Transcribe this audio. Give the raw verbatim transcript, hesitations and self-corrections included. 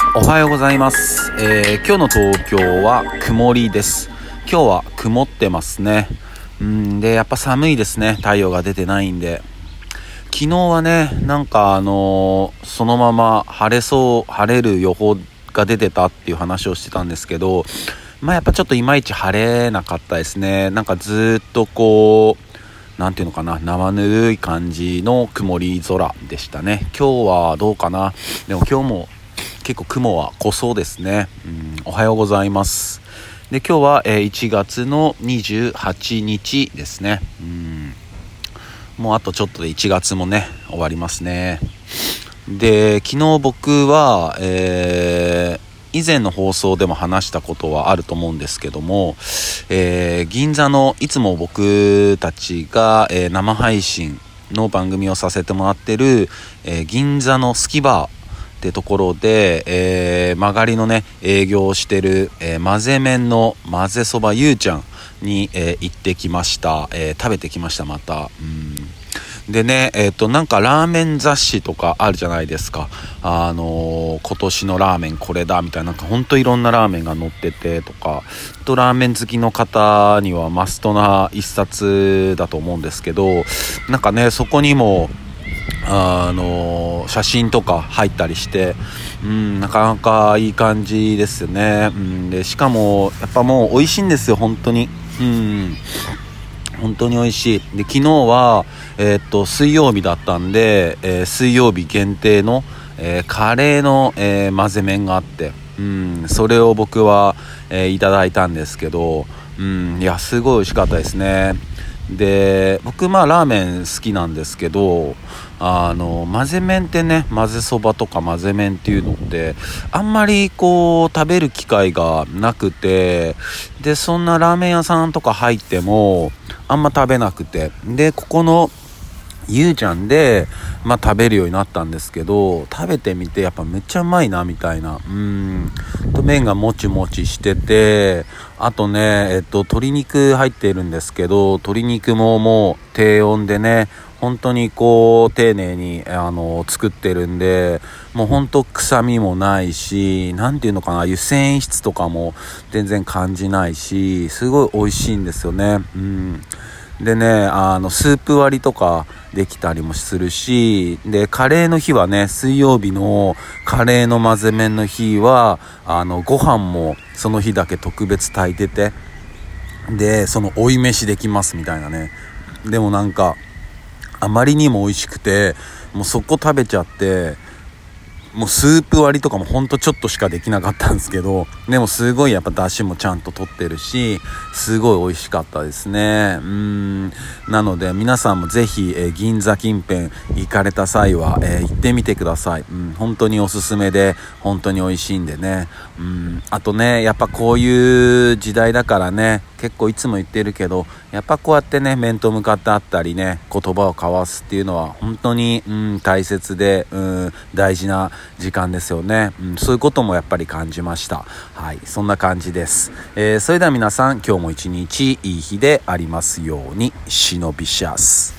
おはようございます、えー、今日の東京は曇りです。今日は曇ってますね。うんでやっぱ寒いですね。太陽が出てないんで。昨日はねなんかあのー、そのまま晴れそう晴れる予報が出てたっていう話をしてたんですけど、まあやっぱちょっといまいち晴れなかったですね。なんかずっとこうなんていうのかな、生ぬるい感じの曇り空でしたね。今日はどうかな。でも今日も結構雲は濃そうですね。うん、おはようございます。で今日は、えー、いちがつのにじゅうはちにちですね。うんもうあとちょっとでいちがつもね終わりますね。で昨日僕は、えー以前の放送でも話したことはあると思うんですけども、えー、銀座のいつも僕たちが、えー、生配信の番組をさせてもらってる、えー、銀座のスキバーってところで、えー、曲がりのね営業をしてる、えー、混ぜ麺の混ぜそばゆうちゃんに、えー、行ってきました、えー、食べてきました。またうんでね、えっと、なんかラーメン雑誌とかあるじゃないですか。あのー、今年のラーメンこれだみたいな、なんかほんといろんなラーメンが載っててとか、とラーメン好きの方にはマストな一冊だと思うんですけど、なんかね、そこにも、あのー、写真とか入ったりして、うん、なかなかいい感じですよね。うん、で、しかも、やっぱもう美味しいんですよ、本当に。うん本当に美味しい。で昨日は、えー、っと水曜日だったんで、えー、水曜日限定の、えー、カレーの、えー、混ぜ麺があって、うん、それを僕は、えー、いただいたんですけど、うん、いやすごい美味しかったですね。で僕まあラーメン好きなんですけど、あの混ぜ麺ってね、混ぜそばとか混ぜ麺っていうのってあんまりこう食べる機会がなくて、でそんなラーメン屋さんとか入ってもあんま食べなくて、でここのゆうちゃんで、まあ、食べるようになったんですけど、食べてみてやっぱめっちゃうまいなみたいな。うんと麺がもちもちしてて、あとねえっと鶏肉入っているんですけど、鶏肉ももう低温でね本当にこう丁寧にあの作ってるんで、もう本当臭みもないし、なんていうのかな、湯煎維質とかも全然感じないし、すごい美味しいんですよね。うんでね、あのスープ割りとかできたりもするし、でカレーの日はね、水曜日のカレーの混ぜ麺の日はあのご飯もその日だけ特別炊いてて、でその追い飯できますみたいなね。でもなんかあまりにも美味しくて、もうそこ食べちゃって、もうスープ割りとかもほんとちょっとしかできなかったんですけど、でもすごいやっぱ出汁もちゃんと取ってるし、すごい美味しかったですね。うーんなので皆さんもぜひ、えー、銀座近辺行かれた際は、えー、行ってみてください。うん、本当におすすめで本当に美味しいんでね。うんあとね、やっぱこういう時代だからね、結構いつも言ってるけど、やっぱこうやってね面と向かって会ったりね、言葉を交わすっていうのは本当に、うん、大切で、うん、大事な時間ですよね。うん、そういうこともやっぱり感じました。はい、そんな感じです。えー、それでは皆さん今日も一日いい日でありますように。シノビシャス。